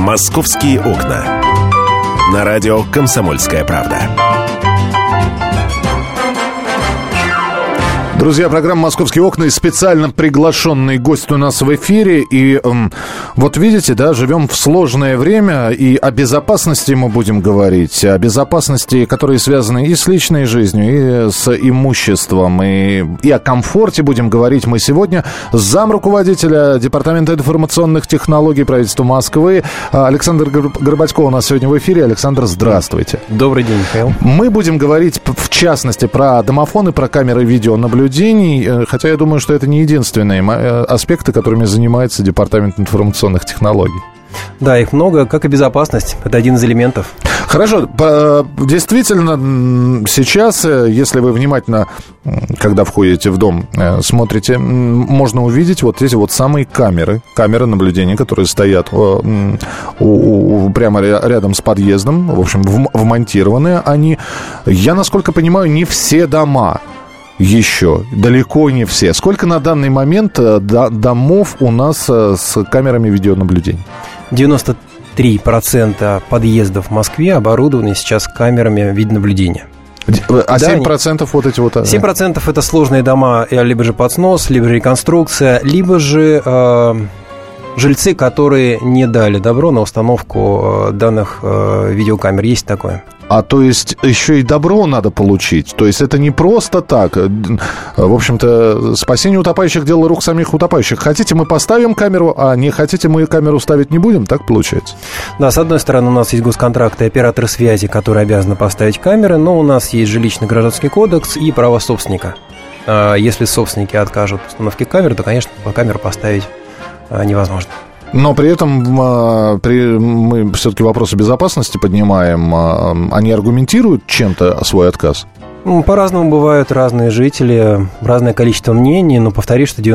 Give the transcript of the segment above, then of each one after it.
«Московские окна». На радио «Комсомольская правда». Друзья, программа «Московские окна» и специально приглашенный гость у нас в эфире. И вот видите, да, живем в сложное время, и о безопасности мы будем говорить. О безопасности, которые связаны и с личной жизнью, и с имуществом, и о комфорте будем говорить мы сегодня. Замруководителя Департамента информационных технологий правительства Москвы Александр Горбатько у нас сегодня в эфире. Александр, здравствуйте. Добрый день, Михаил. Мы будем говорить, в частности, про домофоны, про камеры видеонаблюдения. Хотя я думаю, что это не единственные аспекты, которыми занимается Департамент информационных технологий. Да, их много, как и безопасность. Это один из элементов. Хорошо. Действительно, сейчас, если вы внимательно, когда входите в дом, смотрите, можно увидеть вот эти вот самые камеры наблюдения, которые стоят прямо рядом с подъездом. В общем, вмонтированы они. Я, насколько понимаю, не все дома еще, далеко не все. Сколько на данный момент домов у нас с камерами видеонаблюдения? 93% подъездов в Москве оборудованы сейчас камерами видеонаблюдения. А 7% вот эти вот... 7% это сложные дома, либо же под снос, либо же реконструкция, либо же жильцы, которые не дали добро на установку данных видеокамер. Есть такое. А то есть еще и добро надо получить. То есть это не просто так. В общем-то, спасение утопающих — дело рук самих утопающих. Хотите, мы поставим камеру, а не хотите, мы камеру ставить не будем? Так получается? Да, с одной стороны, у нас есть госконтракты и операторы связи, которые обязаны поставить камеры, но у нас есть жилищно-гражданский кодекс и право собственника. Если собственники откажут в установке камер, то, конечно, камеру поставить невозможно. Но при этом мы все-таки вопросы безопасности поднимаем. Они аргументируют чем-то свой отказ? По-разному бывают разные жители, разное количество мнений, но повторюсь, что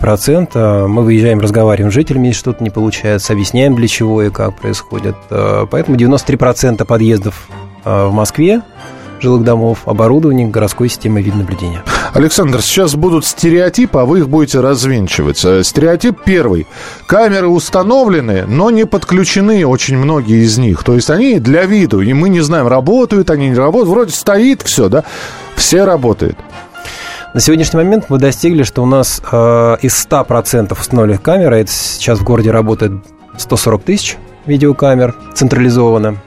93% мы выезжаем, разговариваем с жителями, если что-то не получается, объясняем, для чего и как происходит. Поэтому 93% подъездов в Москве, жилых домов, оборудование городской системой видеонаблюдения. Александр, сейчас будут стереотипы, а вы их будете развенчивать. Стереотип первый. Камеры установлены, но не подключены очень многие из них. То есть они для виду, и мы не знаем, работают они, не работают. Вроде стоит все, да? Все работает. На сегодняшний момент мы достигли, что у нас из 100% установленных камер, это сейчас в городе работает 140 тысяч видеокамер централизованно.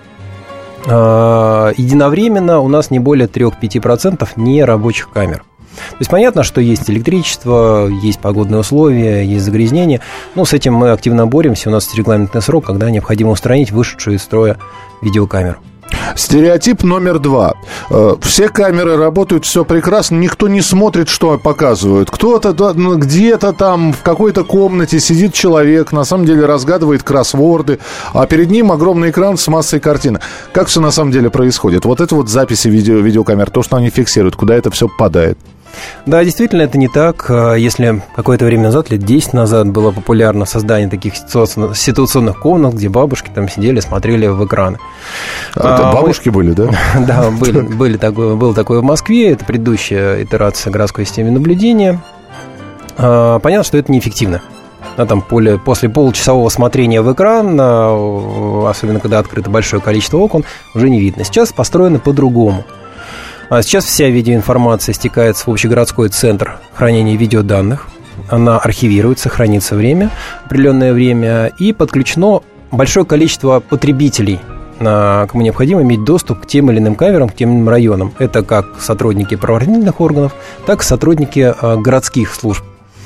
Единовременно у нас не более 3-5% нерабочих камер. То есть понятно, что есть электричество, есть погодные условия, есть загрязнение. Но с этим мы активно боремся. У нас есть регламентный срок, когда необходимо устранить вышедшую из строя видеокамеру. Стереотип номер 2. Все камеры работают, все прекрасно, никто не смотрит, что показывают. Кто-то где-то там в какой-то комнате сидит человек, на самом деле разгадывает кроссворды, а перед ним огромный экран с массой картин. Как все на самом деле происходит? Вот это вот записи видеокамер, то, что они фиксируют, куда это все попадает. Да, действительно, это не так. Если какое-то время назад, лет 10 назад, было популярно создание таких ситуационных комнат, где бабушки там сидели, смотрели в экраны. Это бабушки были, да? Да, было такое в Москве. Это предыдущая итерация городской системы наблюдения. Понятно, что это неэффективно. Там после получасового смотрения в экран, особенно когда открыто большое количество окон, уже не видно. Сейчас построено по-другому. Сейчас вся видеоинформация стекается в общегородской центр хранения видеоданных. Она архивируется, хранится определенное время, и подключено большое количество потребителей, кому необходимо иметь доступ к тем или иным камерам, к тем или иным районам. Это как сотрудники правоохранительных органов, так и сотрудники городских служб.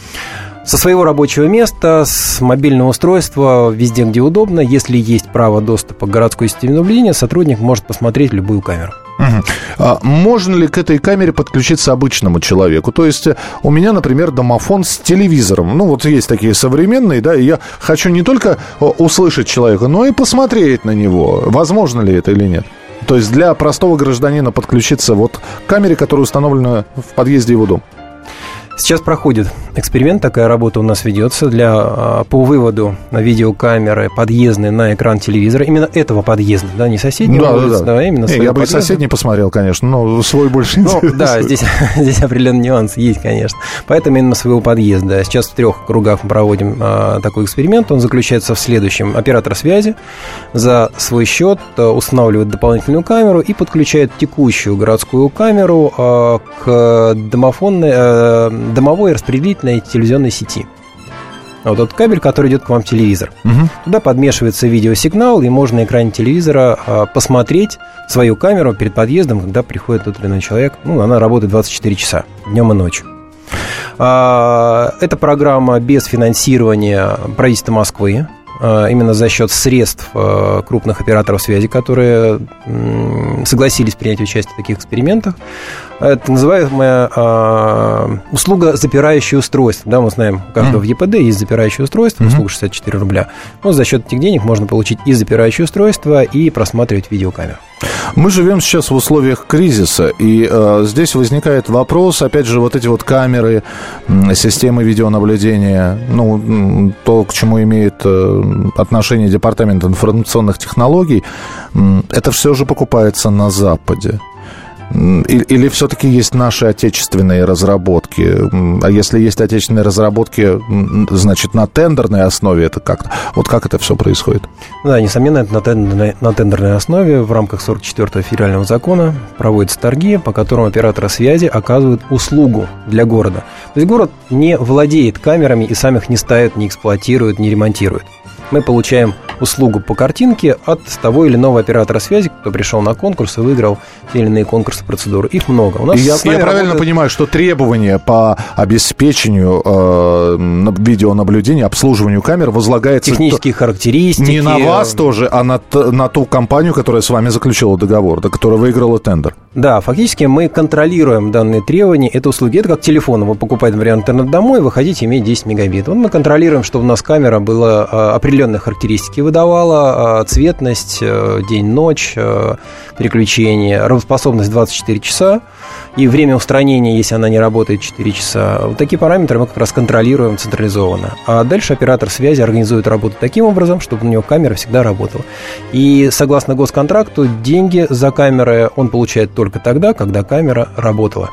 Со своего рабочего места, с мобильного устройства, везде, где удобно, если есть право доступа к городской системе наблюдения, сотрудник может посмотреть любую камеру. Можно ли к этой камере подключиться обычному человеку? То есть у меня, например, домофон с телевизором. Ну, вот есть такие современные, да, и я хочу не только услышать человека, но и посмотреть на него. Возможно ли это или нет? То есть для простого гражданина подключиться вот к камере, которая установлена в подъезде его дома. Сейчас проходит эксперимент, такая работа у нас ведется по выводу видеокамеры подъездной на экран телевизора, именно этого подъезда, да, не соседнего улицы, да, именно своего. Я бы и соседний посмотрел, конечно, но свой больше интересует. Да, здесь определенный нюанс есть, конечно. Поэтому именно своего подъезда. Сейчас в 3 кругах мы проводим такой эксперимент. Он заключается в следующем. Оператор связи за свой счет устанавливает дополнительную камеру и подключает текущую городскую камеру к домовой распределительной телевизионной сети. Вот тот кабель, который идет к вам в телевизор. Туда подмешивается видеосигнал, и можно на экране телевизора посмотреть свою камеру перед подъездом, когда приходит тот или иной человек. Она работает 24 часа, днем и ночью. Эта программа без финансирования правительства Москвы, именно за счет средств крупных операторов связи, которые согласились принять участие в таких экспериментах. Это называемая услуга запирающее устройство. Да, мы знаем, у каждого в ЕПД есть запирающее устройство, услуга 64 рубля. За счет этих денег можно получить и запирающее устройство, и просматривать видеокамеру. Мы живем сейчас в условиях кризиса, и здесь возникает вопрос, опять же, вот эти вот камеры, системы видеонаблюдения, то, к чему имеет отношение Департамент информационных технологий, это все же покупается на Западе. Или все-таки есть наши отечественные разработки? А если есть отечественные разработки, значит, на тендерной основе это как-то? Вот как это все происходит? Да, несомненно, это на тендерной основе в рамках 44-го федерального закона проводятся торги, по которым операторы связи оказывают услугу для города. То есть город не владеет камерами и сам их не ставит, не эксплуатирует, не ремонтирует. Мы получаем услугу по картинке от того или иного оператора связи, кто пришел на конкурс и выиграл те или иные конкурсы, процедуры. Их много. У нас я правильно понимаю, что требования по обеспечению видеонаблюдения, обслуживанию камер возлагается... Технические характеристики. Не на вас тоже, а на ту компанию, которая с вами заключила договор, которая выиграла тендер. Да, фактически мы контролируем данные требования. Это услуги. Это как телефон. Вы покупаете, например, интернет домой, вы хотите иметь 10 мегабит. Мы контролируем, чтобы у нас камера была определенные характеристики выдавала, цветность, день-ночь, переключение, работоспособность 24 часа и время устранения, если она не работает 4 часа. Вот такие параметры мы как раз контролируем централизованно. А дальше оператор связи организует работу таким образом, чтобы у него камера всегда работала. И согласно госконтракту, деньги за камеры он получает только тогда, когда камера работала.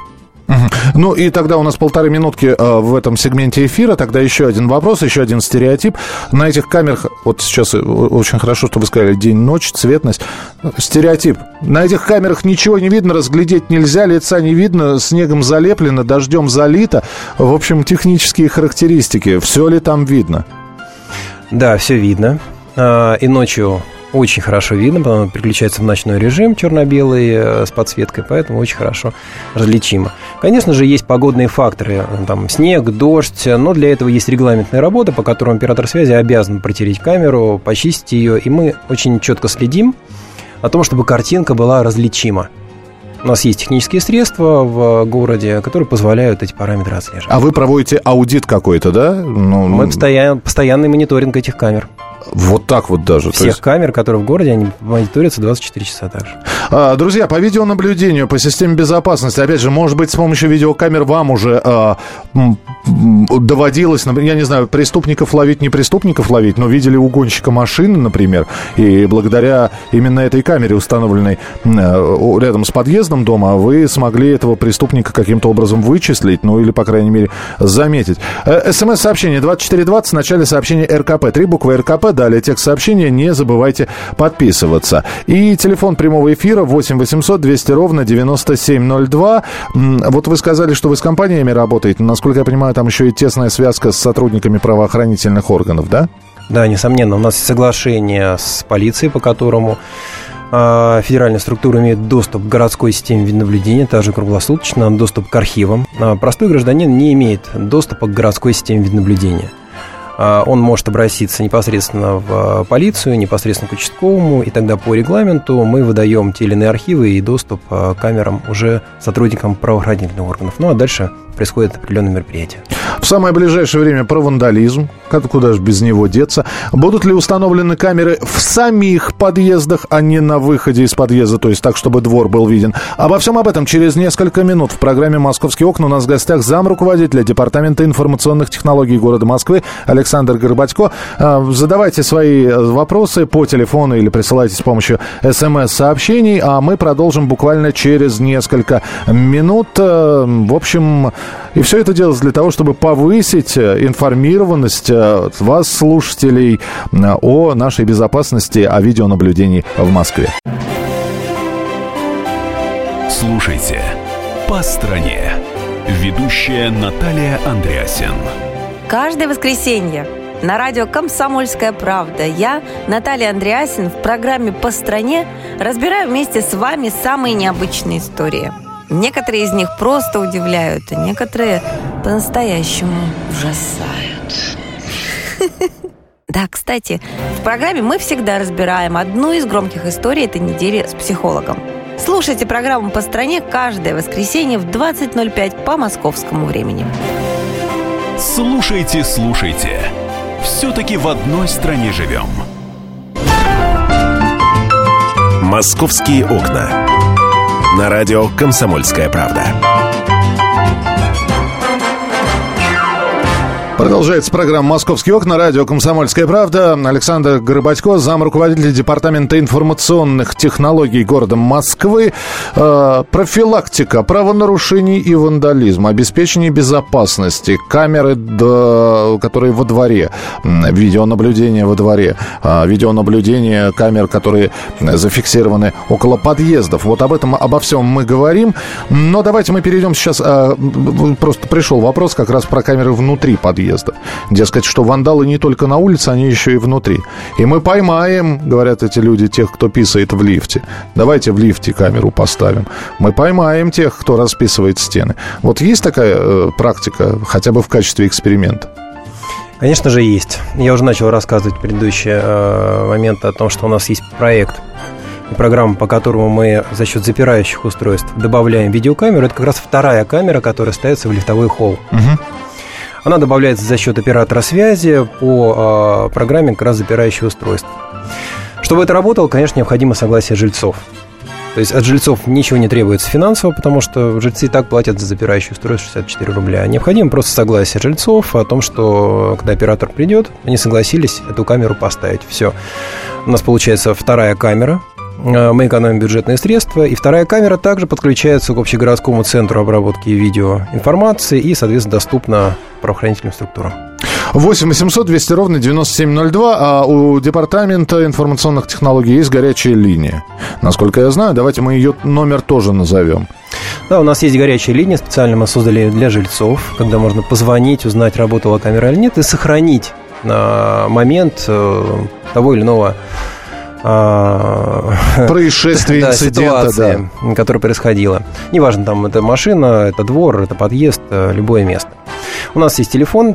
Ну и тогда у нас 1,5 минутки в этом сегменте эфира. Тогда еще один вопрос, еще один стереотип. На этих камерах, вот сейчас очень хорошо, что вы сказали, день-ночь, цветность. Стереотип. На этих камерах ничего не видно, разглядеть нельзя, лица не видно, снегом залеплено, дождем залито. В общем, технические характеристики. Все ли там видно? Да, все видно. И ночью очень хорошо видно, потому что переключается в ночной режим черно-белый с подсветкой, поэтому очень хорошо различимо. Конечно же, есть погодные факторы, там снег, дождь, но для этого есть регламентная работа, по которой оператор связи обязан протереть камеру, почистить ее, и мы очень четко следим о том, чтобы картинка была различима. У нас есть технические средства в городе, которые позволяют эти параметры отслеживать. А вы проводите аудит какой-то, да? Мы постоянный мониторинг этих камер. Вот так вот даже. Всех камер, которые в городе, они мониторятся 24 часа также. Друзья, по видеонаблюдению, по системе безопасности, опять же, может быть, с помощью видеокамер вам уже доводилось, я не знаю, преступников ловить, не преступников ловить, но видели угонщика машины, например, и благодаря именно этой камере, установленной рядом с подъездом дома, вы смогли этого преступника каким-то образом вычислить, ну или, по крайней мере, заметить. СМС-сообщение 2420, в начале сообщения РКП, 3 буквы РКП, далее текст сообщения, не забывайте подписываться. И телефон прямого эфира 8 800 200 ровно 9702. Вот вы сказали, что вы с компаниями работаете, насколько я понимаю, там еще и тесная связка с сотрудниками правоохранительных органов, да? Да, несомненно, у нас есть соглашение с полицией, по которому федеральная структура имеет доступ к городской системе видеонаблюдения, также круглосуточно, доступ к архивам. Простой гражданин не имеет доступа к городской системе видеонаблюдения. Он может обратиться непосредственно в полицию, непосредственно к участковому, и тогда по регламенту мы выдаем те или иные архивы и доступ к камерам уже сотрудникам правоохранительных органов. Ну а дальше происходит определенное мероприятие. В самое ближайшее время про вандализм. Куда же без него деться? Будут ли установлены камеры в самих подъездах, а не на выходе из подъезда, то есть так, чтобы двор был виден? Обо всем об этом через несколько минут в программе «Московские окна». У нас в гостях замруководителя Департамента информационных технологий города Москвы Александр Горбатько. Задавайте свои вопросы по телефону или присылайте с помощью СМС-сообщений, а мы продолжим буквально через несколько минут. В общем, и все это делается для того, чтобы повысить информированность вас, слушателей, о нашей безопасности, о видеонаблюдении в Москве. Слушайте «По стране». Ведущая Наталья Андреасен. Каждое воскресенье на радио «Комсомольская правда» я, Наталья Андреасен, в программе «По стране» разбираю вместе с вами самые необычные истории. Некоторые из них просто удивляют, а некоторые по-настоящему ужасают. Да, кстати, в программе мы всегда разбираем одну из громких историй этой недели с психологом. Слушайте программу «По стране» каждое воскресенье в 20:05 по московскому времени. Слушайте, слушайте. Все-таки в одной стране живем. «Московские окна». На радио «Комсомольская правда». Продолжается программа «Московские окна», радио «Комсомольская правда». Александр Горбатько, замруководитель Департамента информационных технологий города Москвы. Профилактика правонарушений и вандализма, обеспечение безопасности, камеры, которые во дворе, видеонаблюдение во дворе, видеонаблюдение камер, которые зафиксированы около подъездов. Вот обо всем мы говорим. Но давайте мы перейдем сейчас... Просто пришел вопрос как раз про камеры внутри подъезда. Дескать, что вандалы не только на улице, они еще и внутри. И мы поймаем, говорят эти люди, тех, кто писает в лифте. Давайте в лифте камеру поставим. Мы поймаем тех, кто расписывает стены. Вот есть такая практика, хотя бы в качестве эксперимента? Конечно же, есть. Я уже начал рассказывать в предыдущие моменты о том, что у нас есть проект и программа, по которому мы за счет запирающих устройств добавляем видеокамеру. Это как раз вторая камера, которая ставится в лифтовой холл. Она добавляется за счет оператора связи по программе как раз запирающего устройства. Чтобы это работало, конечно, необходимо согласие жильцов. То есть от жильцов ничего не требуется финансово, потому что жильцы и так платят за запирающее устройство 64 рубля. Необходимо просто согласие жильцов о том, что когда оператор придет, они согласились эту камеру поставить. Все. У нас получается вторая камера. Мы экономим бюджетные средства. И вторая камера также подключается к общегородскому центру обработки видеоинформации и, соответственно, доступна правоохранительным структурам. 8 800 200 ровно 9702. А у Департамента информационных технологий есть горячая линия. Насколько я знаю, давайте мы ее номер тоже назовем. Да, у нас есть горячая линия, специально мы создали для жильцов, когда можно позвонить, узнать, работала камера или нет, и сохранить на момент того или иного происшествия, инцидента, ситуации, которая происходила. Неважно, там это машина, это двор, это подъезд, любое место. У нас есть телефон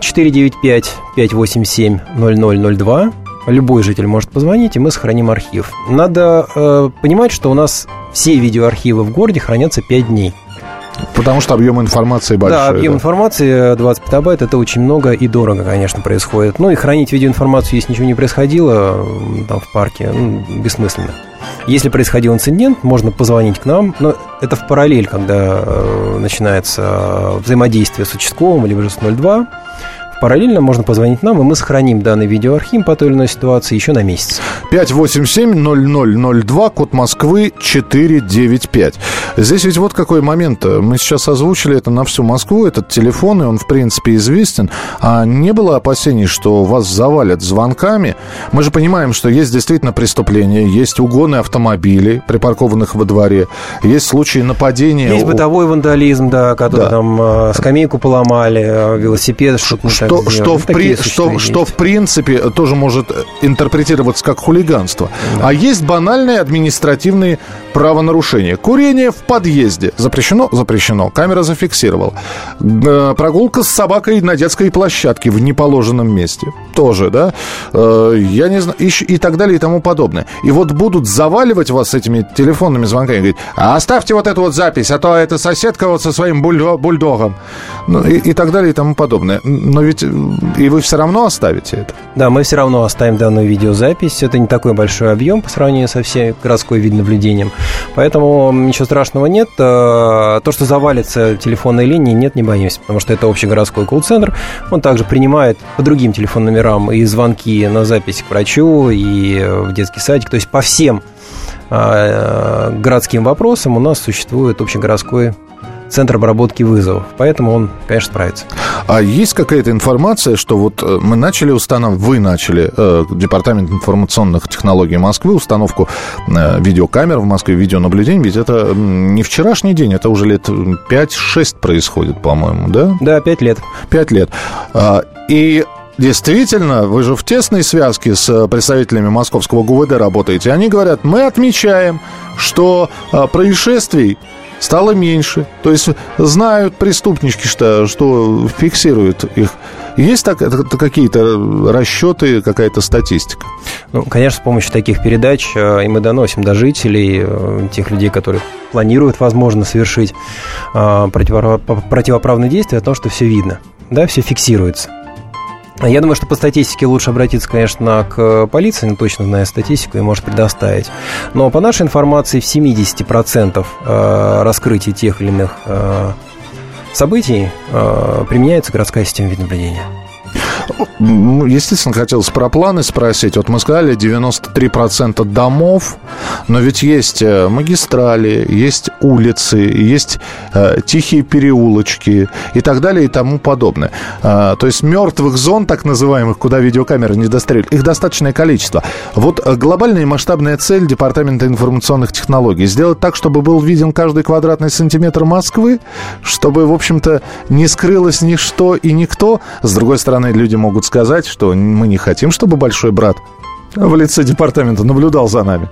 495-587-0002. Любой житель может позвонить, и мы сохраним архив. Надо понимать, что у нас все видеоархивы в городе хранятся 5 дней. Потому что объем информации большой. Да, объем информации 20 петабайт, это очень много и дорого, конечно, происходит. Ну и хранить видеоинформацию, если ничего не происходило там в парке, бессмысленно. Если происходил инцидент, можно позвонить к нам, но это в параллель, когда начинается взаимодействие с участковым, либо же с 02. Параллельно можно позвонить нам, и мы сохраним данный видеоархив по той или иной ситуации еще на месяц. 587-0002, код Москвы 495. Здесь ведь вот какой момент. Мы сейчас озвучили это на всю Москву, этот телефон, и он, в принципе, известен. А не было опасений, что вас завалят звонками? Мы же понимаем, что есть действительно преступления, есть угоны автомобилей, припаркованных во дворе, есть случаи нападения. Есть бытовой вандализм, да, когда там скамейку поломали, велосипед, что-то не что в принципе тоже может интерпретироваться как хулиганство. Да. А есть банальные административные правонарушения. Курение в подъезде. Запрещено? Запрещено. Камера зафиксировала. Прогулка с собакой на детской площадке в неположенном месте. Тоже, да? Я не знаю. И так далее, и тому подобное. И вот будут заваливать вас этими телефонными звонками. Говорить, оставьте вот эту вот запись, а то это соседка вот со своим бульдогом. Ну, и так далее, и тому подобное. Но ведь и вы все равно оставите это? Да, мы все равно оставим данную видеозапись. Это не такой большой объем по сравнению со всей городской видеонаблюдением. Поэтому ничего страшного нет. То, что завалится телефонные линии, нет, не боимся. Потому что это общегородской колл-центр. Он также принимает по другим телефонным номерам и звонки на запись к врачу, и в детский садик. То есть по всем городским вопросам у нас существует общегородской центр обработки вызовов. Поэтому он, конечно, справится. А есть какая-то информация, что вот мы начали вы начали, Департамент информационных технологий Москвы, установку видеокамер в Москве, видеонаблюдение, ведь это не вчерашний день, это уже лет 5-6 происходит, по-моему, да? Да, 5 лет. 5 лет. И действительно, вы же в тесной связке с представителями московского ГУВД работаете. Они говорят, мы отмечаем, что происшествий стало меньше. То есть знают преступнички, что фиксируют их. Есть какие-то расчеты, какая-то статистика? Ну, конечно, с помощью таких передач и мы доносим до жителей, тех людей, которые планируют, возможно, совершить противоправные действия, о том, что все видно, да, все фиксируется. Я думаю, что по статистике лучше обратиться, конечно, к полиции, но точно зная статистику и может предоставить. Но по нашей информации в 70% раскрытия тех или иных событий применяется городская система видеонаблюдения. Естественно, хотелось про планы спросить. Вот мы сказали, 93% домов, но ведь есть магистрали, есть улицы, есть тихие переулочки и так далее и тому подобное. То есть мертвых зон, так называемых, куда видеокамеры не достреливают, их достаточное количество. Вот глобальная и масштабная цель Департамента информационных технологий — сделать так, чтобы был виден каждый квадратный сантиметр Москвы, чтобы, в общем-то, не скрылось ничто и никто. С другой стороны, люди могут сказать, что мы не хотим, чтобы большой брат в лице департамента наблюдал за нами.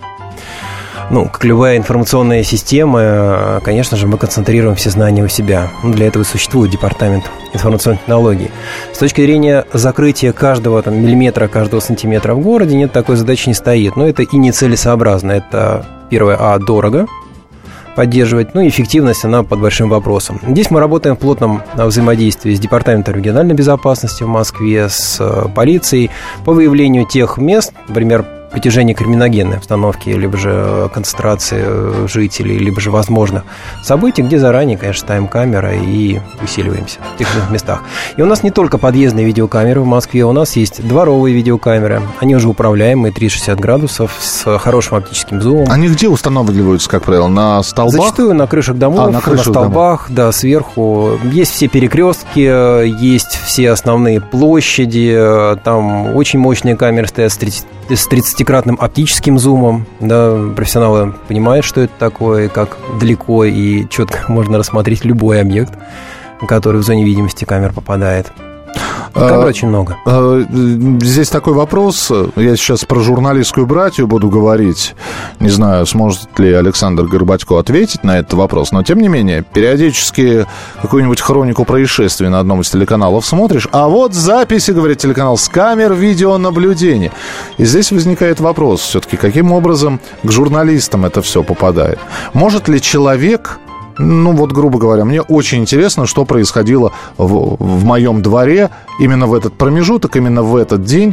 Ну, как любая информационная система, конечно же, мы концентрируем все знания у себя. Для этого и существует Департамент информационных технологий. С точки зрения закрытия каждого миллиметра, каждого сантиметра в городе, нет, такой задачи не стоит. Но это и нецелесообразно. Это, первое, дорого поддерживать, ну и эффективность, она под большим вопросом. Здесь мы работаем в плотном взаимодействии с Департаментом региональной безопасности в Москве, с полицией по выявлению тех мест, например, притяжения криминогенной обстановки, либо же концентрации жителей, либо же возможных событий, где заранее, конечно, ставим камеры и усиливаемся в тех местах. И у нас не только подъездные видеокамеры в Москве, у нас есть дворовые видеокамеры. Они уже управляемые, 360 градусов, с хорошим оптическим зумом. Они где устанавливаются, как правило? На столбах? Зачастую на крышах домов, на столбах, да, сверху. Есть все перекрестки, есть все основные площади. Там очень мощные камеры стоят с 30-кратным оптическим зумом, да, профессионалы понимают, что это такое, как далеко и четко можно рассмотреть любой объект, который в зоне видимости камер попадает. Камер очень много. Здесь такой вопрос. Я сейчас про журналистскую братью буду говорить. Не знаю, сможет ли Александр Горбатько ответить на этот вопрос. Но, тем не менее, периодически какую-нибудь хронику происшествий на одном из телеканалов смотришь. А вот записи, говорит телеканал, с камер видеонаблюдения. И здесь возникает вопрос все-таки, каким образом к журналистам это все попадает. Может ли человек... Ну, вот, грубо говоря, мне очень интересно, что происходило в моем дворе именно в этот промежуток, именно в этот день.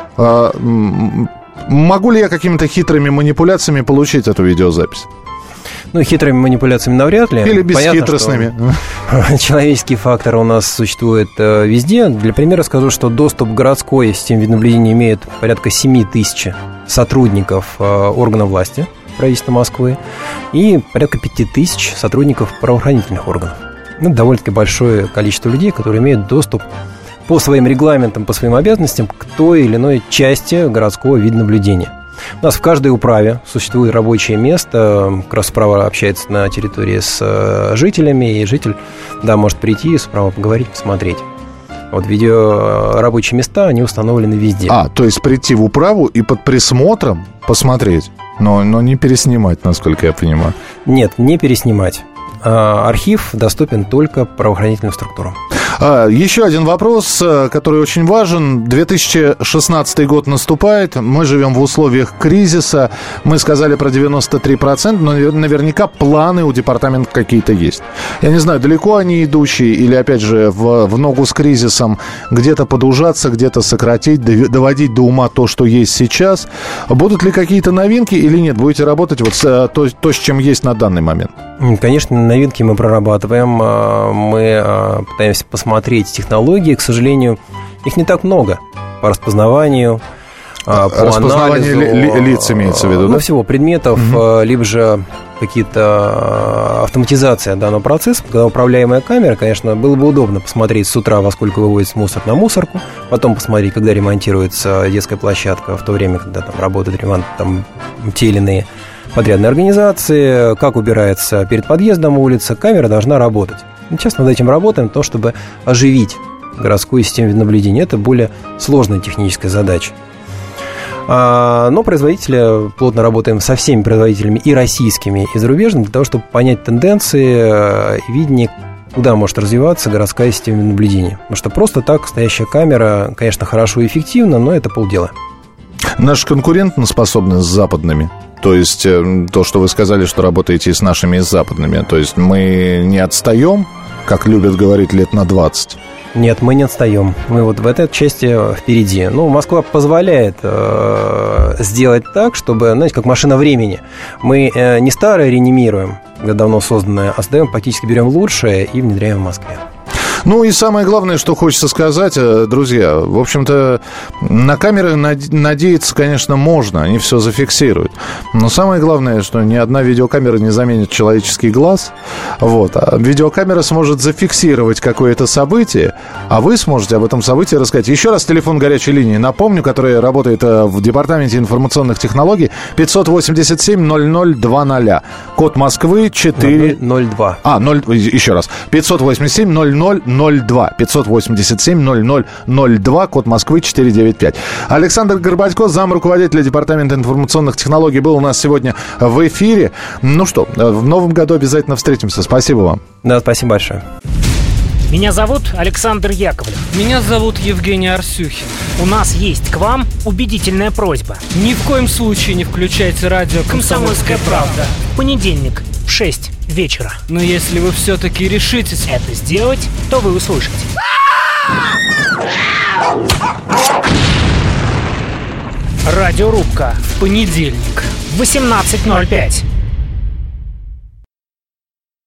Могу ли я какими-то хитрыми манипуляциями получить эту видеозапись? Ну, хитрыми манипуляциями навряд ли. Или бесхитростными. Человеческий фактор у нас существует везде. Для примера скажу, что доступ к городской системе видеонаблюдения имеет порядка 7 тысяч сотрудников органов власти, правительства Москвы, и порядка 5000 сотрудников правоохранительных органов. Это довольно-таки большое количество людей, которые имеют доступ по своим регламентам, по своим обязанностям к той или иной части городского видеонаблюдения. У нас в каждой управе существует рабочее место, как раз справа общается на территории с жителями, и житель, да, может прийти, справа поговорить, посмотреть. Вот рабочие места, они установлены везде. То есть прийти в управу и под присмотром посмотреть, но не переснимать, насколько я понимаю. Нет, не переснимать. Архив доступен только правоохранительным структурам. Еще один вопрос, который очень важен. 2016 год наступает, мы живем в условиях кризиса. Мы сказали про 93%, но наверняка планы у департамента какие-то есть. Я не знаю, далеко они идущие или, опять же, в ногу с кризисом, где-то подужаться, где-то сократить, доводить до ума то, что есть сейчас. Будут ли какие-то новинки или нет? Будете работать вот с то, с чем есть на данный момент? Конечно, новинки мы прорабатываем. Мы пытаемся посмотреть технологии. К сожалению, их не так много по распознаванию, по распознавание анализу, лиц имеется в виду, да? Всего предметов, либо же какие-то автоматизация данного процесса. Когда управляемая камера, конечно, было бы удобно посмотреть с утра, во сколько выводится мусор на мусорку, потом посмотреть, когда ремонтируется детская площадка, в то время, когда там работает ремонт, там те или иные подрядной организации, как убирается перед подъездом улица, камера должна работать. Сейчас над этим работаем, то, чтобы оживить городскую систему видеонаблюдения. Это более сложная техническая задача. Но производители, плотно работаем со всеми производителями и российскими, и зарубежными, для того, чтобы понять тенденции и видение, куда может развиваться городская система видеонаблюдения. Потому что просто так стоящая камера, конечно, хорошо и эффективно, но это полдела. Наши конкурентоспособны с западными? То есть то, что вы сказали, что работаете и с нашими, и с западными. То есть мы не отстаем, как любят говорить, лет на 20? Нет, мы не отстаем. Мы вот в этой части впереди. Москва позволяет сделать так, чтобы, знаете, как машина времени. Мы не старое реанимируем, давно созданное, а создаем, фактически берем лучшее и внедряем в Москве. И самое главное, что хочется сказать, друзья, в общем-то, на камеры надеяться, конечно, можно, они все зафиксируют. Но самое главное, что ни одна видеокамера не заменит человеческий глаз. А видеокамера сможет зафиксировать какое-то событие, а вы сможете об этом событии рассказать. Еще раз телефон горячей линии, напомню, который работает в Департаменте информационных технологий, 587-00-00. Код Москвы 402. Еще раз. 587-00-02. 587-00-02, код Москвы 495. Александр Горбатько, зам руководителя Департамента информационных технологий, был у нас сегодня в эфире. В новом году обязательно встретимся. Спасибо вам. Да, спасибо большое. Меня зовут Александр Яковлев. Меня зовут Евгений Арсюхин. У нас есть к вам убедительная просьба. Ни в коем случае не включайте радио «Комсомольская правда». В понедельник в 6 вечера. Но если вы все-таки решитесь это сделать, то вы услышите. Радиорубка. В понедельник в 18:05.